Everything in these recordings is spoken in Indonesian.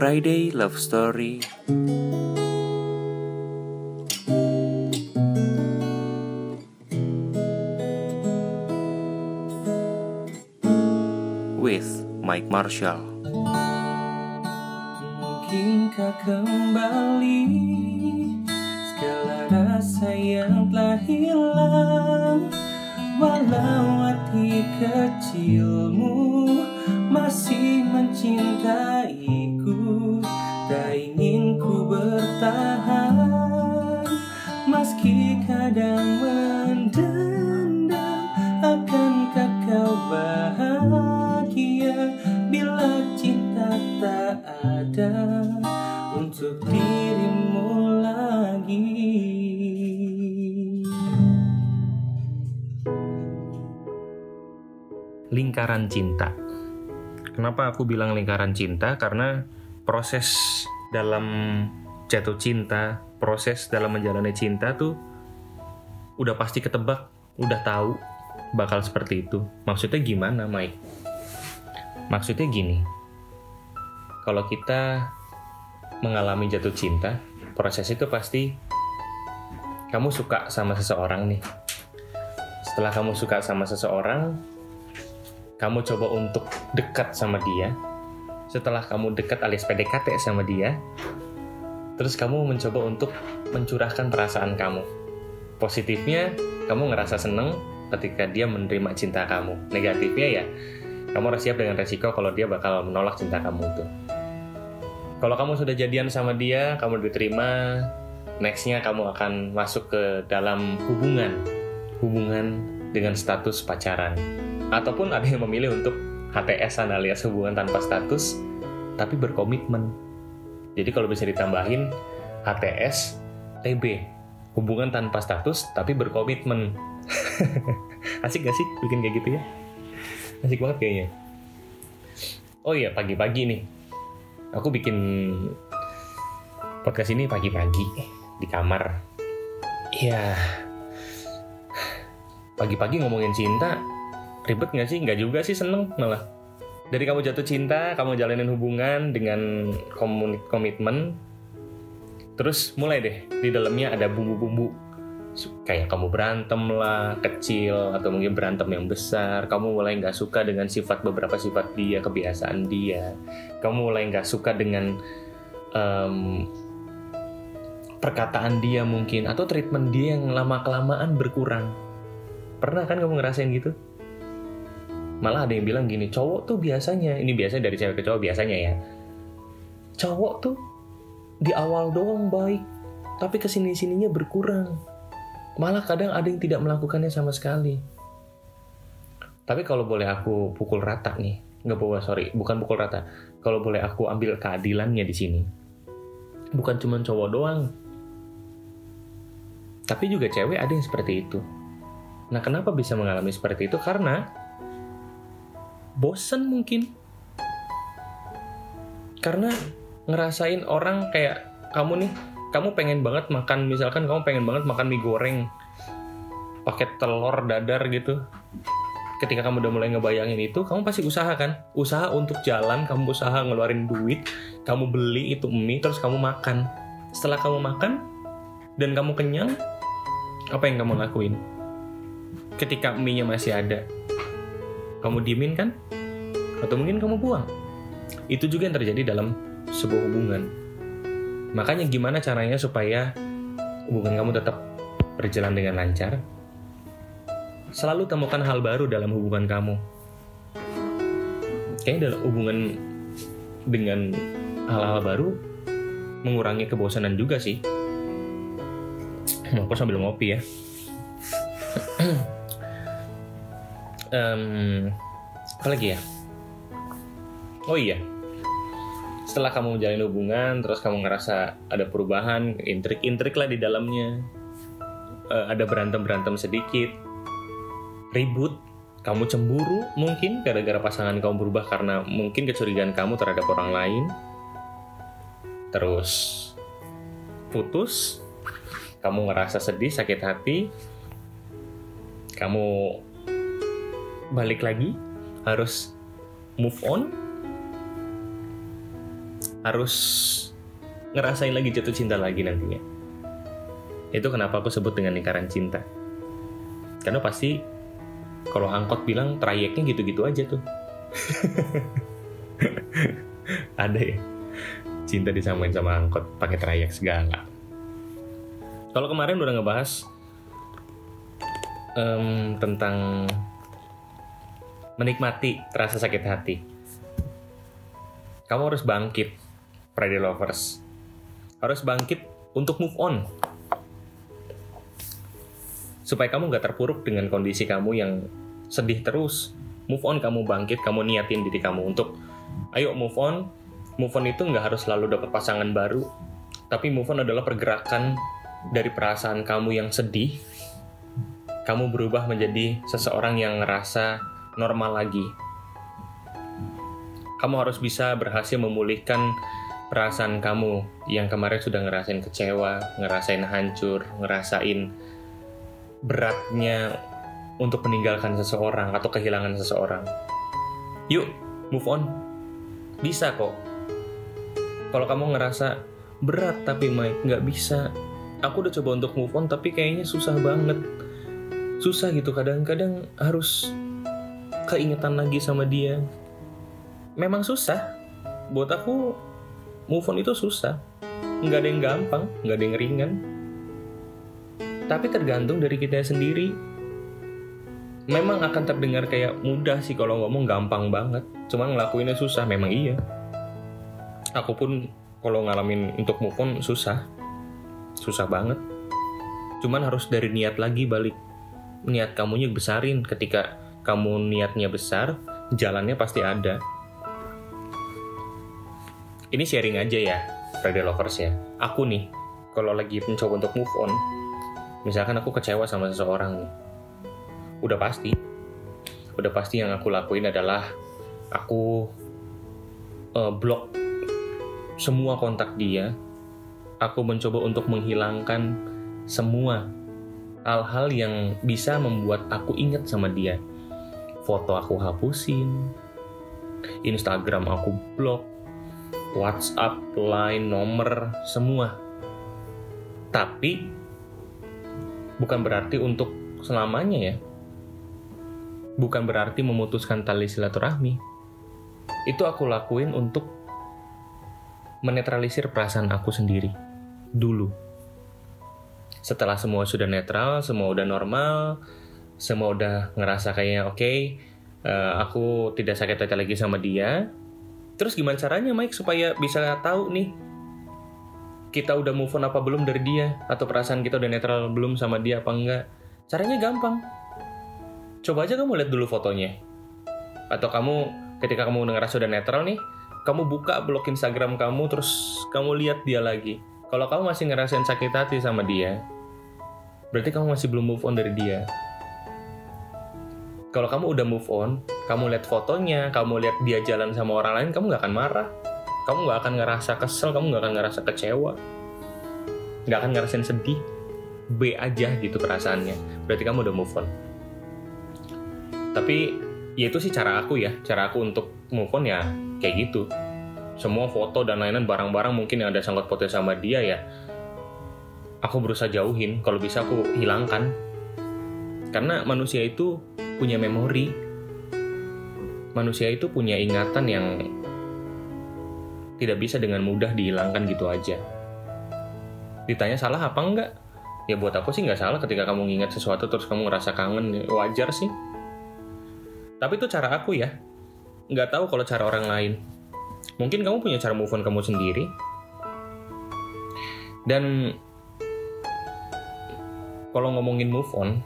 Friday Love Story. With Mike Marshall. Mungkinkah kembali segala rasa yang telah hilang, walau hati kecilmu masih mencintaiku. Tak ingin ku bertahan, meski kadang mendendam. Akankah kau bahagia bila cinta tak ada untuk dirimu lagi? Lingkaran cinta. Kenapa aku bilang lingkaran cinta? Karena proses dalam jatuh cinta, proses dalam menjalani cinta tuh udah pasti ketebak, udah tahu bakal seperti itu. Maksudnya gimana, Mike? Maksudnya gini, kalau kita mengalami jatuh cinta, proses itu pasti kamu suka sama seseorang nih. Setelah kamu suka sama seseorang, kamu coba untuk dekat sama dia. Setelah kamu dekat alias PDKT sama dia, terus kamu mencoba untuk mencurahkan perasaan kamu. Positifnya, kamu ngerasa seneng ketika dia menerima cinta kamu. Negatifnya ya, kamu harus siap dengan resiko kalau dia bakal menolak cinta kamu itu. Kalau kamu sudah jadian sama dia, kamu diterima, nextnya kamu akan masuk ke dalam hubungan dengan status pacaran. Ataupun ada yang memilih untuk HTS-an alias hubungan tanpa status tapi berkomitmen. Jadi kalau bisa ditambahin HTS TB, hubungan tanpa status tapi berkomitmen. Asik gak sih bikin kayak gitu ya? Asik banget kayaknya. Oh iya, pagi-pagi nih aku bikin podcast ini pagi-pagi di kamar. Iya, pagi-pagi ngomongin cinta ribet gak sih? Nggak juga sih, seneng malah. Dari kamu jatuh cinta, kamu jalanin hubungan dengan komitmen, terus mulai deh di dalamnya ada bumbu-bumbu. Kayak kamu berantem lah, kecil, atau mungkin berantem yang besar. Kamu mulai nggak suka dengan beberapa sifat dia, kebiasaan dia. Kamu mulai nggak suka dengan perkataan dia mungkin, atau treatment dia yang lama-kelamaan berkurang. Pernah kan kamu ngerasain gitu? Malah ada yang bilang gini, cowok tuh biasanya, ini biasanya dari cewek ke cowok biasanya ya, cowok tuh di awal doang baik, tapi kesini-sininya berkurang. Malah kadang ada yang tidak melakukannya sama sekali. Tapi kalau boleh aku pukul rata nih, bukan pukul rata. Kalau boleh aku ambil keadilannya di sini, bukan cuma cowok doang, tapi juga cewek ada yang seperti itu. Nah, kenapa bisa mengalami seperti itu? Karena bosan mungkin. Karena ngerasain orang kayak kamu nih, kamu pengen banget makan, misalkan kamu pengen banget makan mie goreng pakai telur dadar gitu. Ketika kamu udah mulai ngebayangin itu, kamu pasti usaha kan? Usaha untuk jalan, kamu usaha ngeluarin duit, kamu beli itu mie, terus kamu makan. Setelah kamu makan dan kamu kenyang, apa yang kamu lakuin? Ketika mie-nya masih ada, kamu diemin kan? Atau mungkin kamu buang. Itu juga yang terjadi dalam sebuah hubungan. Makanya gimana caranya supaya hubungan kamu tetap berjalan dengan lancar? Selalu temukan hal baru dalam hubungan kamu. Kayaknya dalam hubungan dengan hal-hal baru mengurangi kebosanan juga sih. Aku sambil ngopi ya. Apa lagi ya? Oh iya, setelah kamu menjalin hubungan, terus kamu ngerasa ada perubahan, intrik-intrik lah di dalamnya, ada berantem-berantem sedikit, ribut, kamu cemburu mungkin gara-gara pasangan kamu berubah karena mungkin kecurigaan kamu terhadap orang lain, terus putus, kamu ngerasa sedih, sakit hati, kamu balik lagi, harus move on. harus ngerasain lagi jatuh cinta lagi nantinya. Itu kenapa aku sebut dengan lingkaran cinta. Karena pasti kalau angkot bilang trayeknya gitu-gitu aja tuh. Ada ya, cinta disamain sama angkot pakai trayek segala. Kalau kemarin udah ngebahas tentang menikmati rasa sakit hati. Kamu harus bangkit, Friday Lovers. Harus bangkit untuk move on. Supaya kamu gak terpuruk dengan kondisi kamu yang sedih terus. Move on, kamu bangkit, kamu niatin diri kamu untuk ayo move on. Move on itu gak harus selalu dapat pasangan baru. Tapi move on adalah pergerakan dari perasaan kamu yang sedih. Kamu berubah menjadi seseorang yang ngerasa normal lagi. Kamu harus bisa berhasil memulihkan perasaan kamu yang kemarin sudah ngerasain kecewa, ngerasain hancur, ngerasain beratnya untuk meninggalkan seseorang atau kehilangan seseorang. Yuk, move on. Bisa kok. Kalau kamu ngerasa berat tapi Mike, nggak bisa. Aku udah coba untuk move on tapi kayaknya susah banget. Susah gitu, kadang-kadang harus keingetan lagi sama dia. Memang susah. Buat aku, move on itu susah. Nggak ada yang gampang, nggak ada yang ringan. Tapi tergantung dari kita sendiri. Memang akan terdengar kayak mudah sih kalau ngomong, gampang banget. Cuma ngelakuinnya susah, memang iya. Aku pun kalau ngalamin untuk move on susah. Susah banget. Cuman harus dari niat lagi balik. Niat kamunya besarin. Ketika kamu niatnya besar, jalannya pasti ada. Ini sharing aja ya, Friday Lovers ya. Aku nih, kalau lagi mencoba untuk move on, misalkan aku kecewa sama seseorang nih, udah pasti yang aku lakuin adalah aku blok semua kontak dia. Aku mencoba untuk menghilangkan semua hal-hal yang bisa membuat aku ingat sama dia. Foto aku hapusin, Instagram aku blok, WhatsApp, Line, nomor, semua. Tapi bukan berarti untuk selamanya ya. Bukan berarti memutuskan tali silaturahmi. Itu aku lakuin untuk menetralisir perasaan aku sendiri. Dulu. Setelah semua sudah netral, semua udah normal, semua udah ngerasa kayaknya oke, aku tidak sakit hati lagi sama dia. Terus gimana caranya Mike supaya bisa tahu nih kita udah move on apa belum dari dia, atau perasaan kita udah netral belum sama dia apa enggak? Caranya gampang. Coba aja kamu lihat dulu fotonya. Atau kamu ketika kamu ngerasa udah netral nih, kamu buka blog Instagram kamu, terus kamu lihat dia lagi. Kalau kamu masih ngerasain sakit hati sama dia, berarti kamu masih belum move on dari dia. Kalau kamu udah move on, kamu lihat fotonya, kamu lihat dia jalan sama orang lain, kamu gak akan marah. Kamu gak akan ngerasa kesel, kamu gak akan ngerasa kecewa. Gak akan ngerasain sedih. B aja gitu perasaannya. Berarti kamu udah move on. Tapi, ya itu sih cara aku ya. Cara aku untuk move on ya kayak gitu. Semua foto dan lain-lain, barang-barang mungkin yang ada sangkut pautnya sama dia ya, aku berusaha jauhin. Kalau bisa aku hilangkan. Karena manusia itu punya memori. Manusia itu punya ingatan yang tidak bisa dengan mudah dihilangkan gitu aja. Ditanya salah apa enggak? Ya buat aku sih nggak salah ketika kamu ngingat sesuatu terus kamu ngerasa kangen. Wajar sih. Tapi itu cara aku ya. Nggak tahu kalau cara orang lain. Mungkin kamu punya cara move on kamu sendiri. Dan kalau ngomongin move on,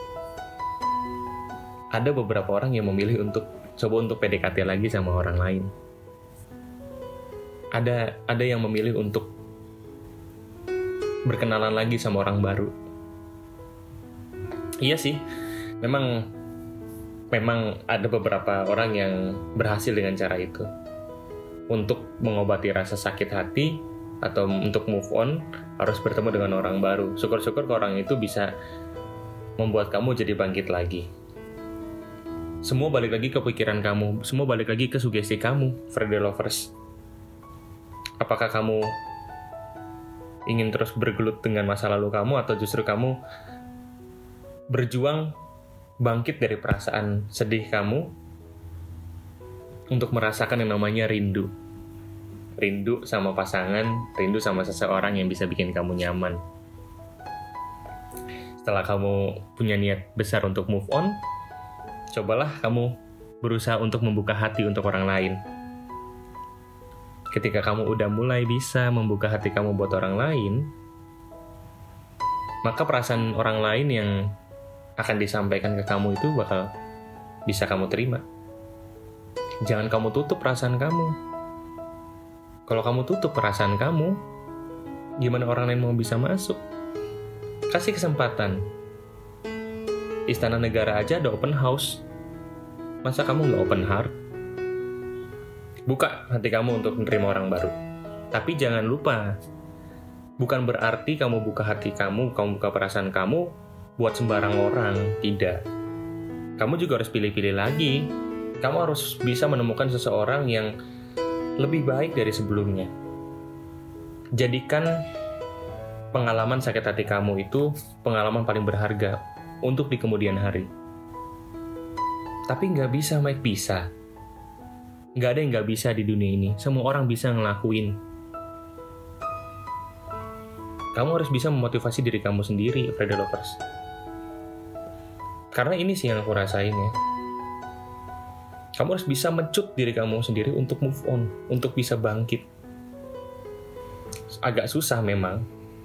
ada beberapa orang yang memilih untuk coba untuk PDKT lagi sama orang lain. Ada yang memilih untuk berkenalan lagi sama orang baru. Iya sih, memang ada beberapa orang yang berhasil dengan cara itu. Untuk mengobati rasa sakit hati atau untuk move on, harus bertemu dengan orang baru. Syukur-syukur orang itu bisa membuat kamu jadi bangkit lagi. Semua balik lagi ke pikiran kamu, semua balik lagi ke sugesti kamu, Friday Lovers. Apakah kamu ingin terus bergelut dengan masa lalu kamu, atau justru kamu berjuang bangkit dari perasaan sedih kamu untuk merasakan yang namanya rindu. Rindu sama pasangan, rindu sama seseorang yang bisa bikin kamu nyaman. Setelah kamu punya niat besar untuk move on, cobalah kamu berusaha untuk membuka hati untuk orang lain. Ketika kamu udah mulai bisa membuka hati kamu buat orang lain, maka perasaan orang lain yang akan disampaikan ke kamu itu bakal bisa kamu terima. Jangan kamu tutup perasaan kamu. Kalau kamu tutup perasaan kamu, gimana orang lain mau bisa masuk? Kasih kesempatan. Istana Negara aja ada open house. Masa kamu nggak open heart? Buka hati kamu untuk menerima orang baru. Tapi jangan lupa, bukan berarti kamu buka hati kamu buka perasaan kamu buat sembarang orang. Tidak. Kamu juga harus pilih-pilih lagi. Kamu harus bisa menemukan seseorang yang lebih baik dari sebelumnya. Jadikan pengalaman sakit hati kamu itu pengalaman paling berharga untuk di kemudian hari. Tapi nggak bisa, Mike, bisa. Nggak ada yang nggak bisa di dunia ini. Semua orang bisa ngelakuin. Kamu harus bisa memotivasi diri kamu sendiri, Friday Lovers. Karena ini sih yang aku rasain ya. Kamu harus bisa mencut diri kamu sendiri untuk move on, untuk bisa bangkit. Agak susah memang.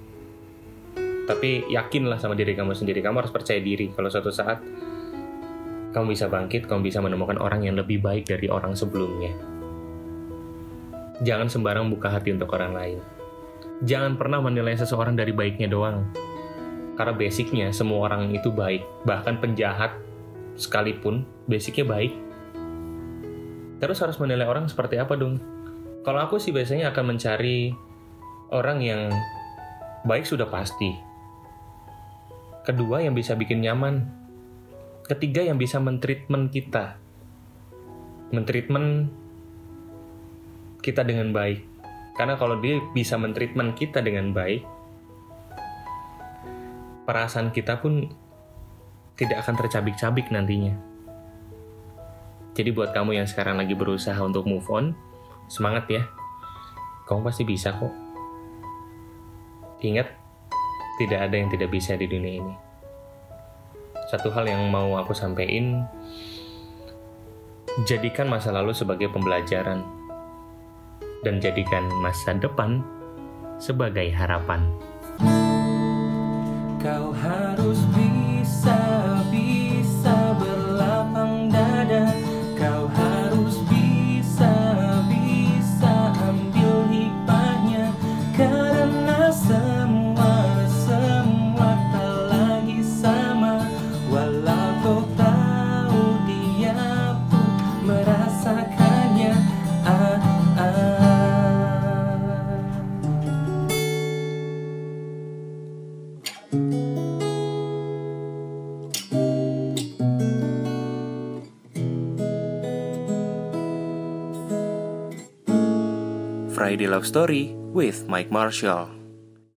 Tapi yakinlah sama diri kamu sendiri. Kamu harus percaya diri kalau suatu saat kamu bisa bangkit, kamu bisa menemukan orang yang lebih baik dari orang sebelumnya. Jangan sembarang buka hati untuk orang lain. Jangan pernah menilai seseorang dari baiknya doang. Karena basicnya semua orang itu baik. Bahkan penjahat sekalipun basicnya baik. Terus harus menilai orang seperti apa dong? Kalau aku sih biasanya akan mencari orang yang baik sudah pasti. Kedua, yang bisa bikin nyaman. Ketiga, yang bisa mentreatment kita. Mentreatment kita dengan baik. Karena kalau dia bisa mentreatment kita dengan baik, perasaan kita pun tidak akan tercabik-cabik nantinya. Jadi buat kamu yang sekarang lagi berusaha untuk move on, semangat ya. Kamu pasti bisa kok. Ingat, tidak ada yang tidak bisa di dunia ini. Satu hal yang mau aku sampaikan, jadikan masa lalu sebagai pembelajaran dan jadikan masa depan sebagai harapan. Kau harus bisa berlapang dada. Kau harus bisa ambil hikmahnya. Karena semua tak lagi sama. Walau kau tahu dia pun merasakannya. Friday Love Story with Mike Marshall.